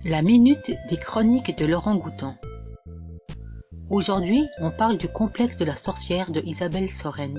La minute des chroniques de l'orang-outan. Aujourd'hui, on parle du complexe de la sorcière de Isabelle Sorrent.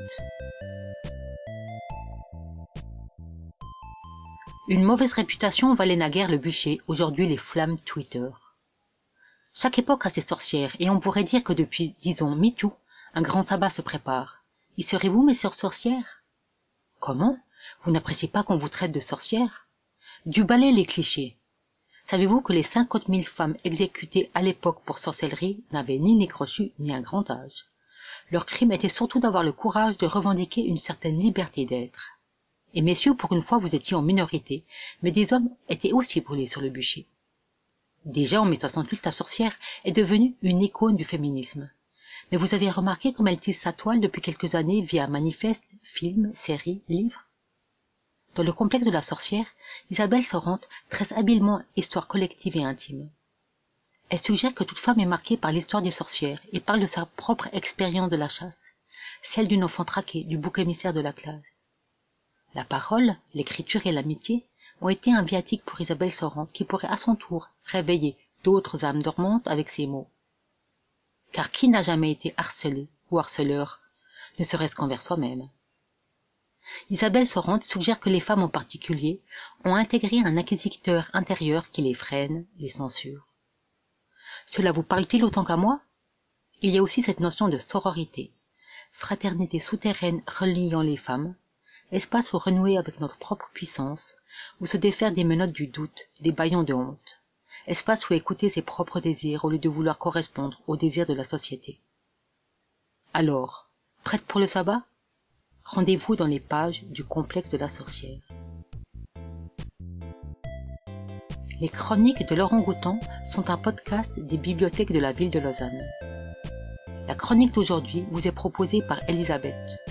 Une mauvaise réputation valait naguère le bûcher, aujourd'hui les flammes Twitter. Chaque époque a ses sorcières, et on pourrait dire que depuis, disons, MeToo, un grand sabbat se prépare. Y serez-vous, mes sœurs sorcières? Comment? Vous n'appréciez pas qu'on vous traite de sorcières? Du balai les clichés. Savez-vous que les 50 000 femmes exécutées à l'époque pour sorcellerie n'avaient ni nez crochu ni un grand âge? Leur crime était surtout d'avoir le courage de revendiquer une certaine liberté d'être. Et messieurs, pour une fois vous étiez en minorité, mais des hommes étaient aussi brûlés sur le bûcher. Déjà en mai 68, la sorcière est devenue une icône du féminisme. Mais vous avez remarqué comme elle tisse sa toile depuis quelques années via manifestes, films, séries, livres? Dans le complexe de la sorcière, Isabelle Sorrent tresse habilement histoire collective et intime. Elle suggère que toute femme est marquée par l'histoire des sorcières et parle de sa propre expérience de la chasse, celle d'une enfant traquée, du bouc émissaire de la classe. La parole, l'écriture et l'amitié ont été un viatique pour Isabelle Sorrent qui pourrait à son tour réveiller d'autres âmes dormantes avec ces mots. Car qui n'a jamais été harcelé ou harceleur, ne serait-ce qu'envers soi-même? Isabelle Sorrent suggère que les femmes en particulier ont intégré un inquisiteur intérieur qui les freine, les censure. Cela vous parle-t-il autant qu'à moi? Il y a aussi cette notion de sororité, fraternité souterraine reliant les femmes, espace où renouer avec notre propre puissance, où se défaire des menottes du doute, des bâillons de honte, espace où écouter ses propres désirs au lieu de vouloir correspondre aux désirs de la société. Alors, prête pour le sabbat? Rendez-vous dans les pages du complexe de la sorcière. Les chroniques de l'orang-outan sont un podcast des bibliothèques de la ville de Lausanne. La chronique d'aujourd'hui vous est proposée par Elisabeth.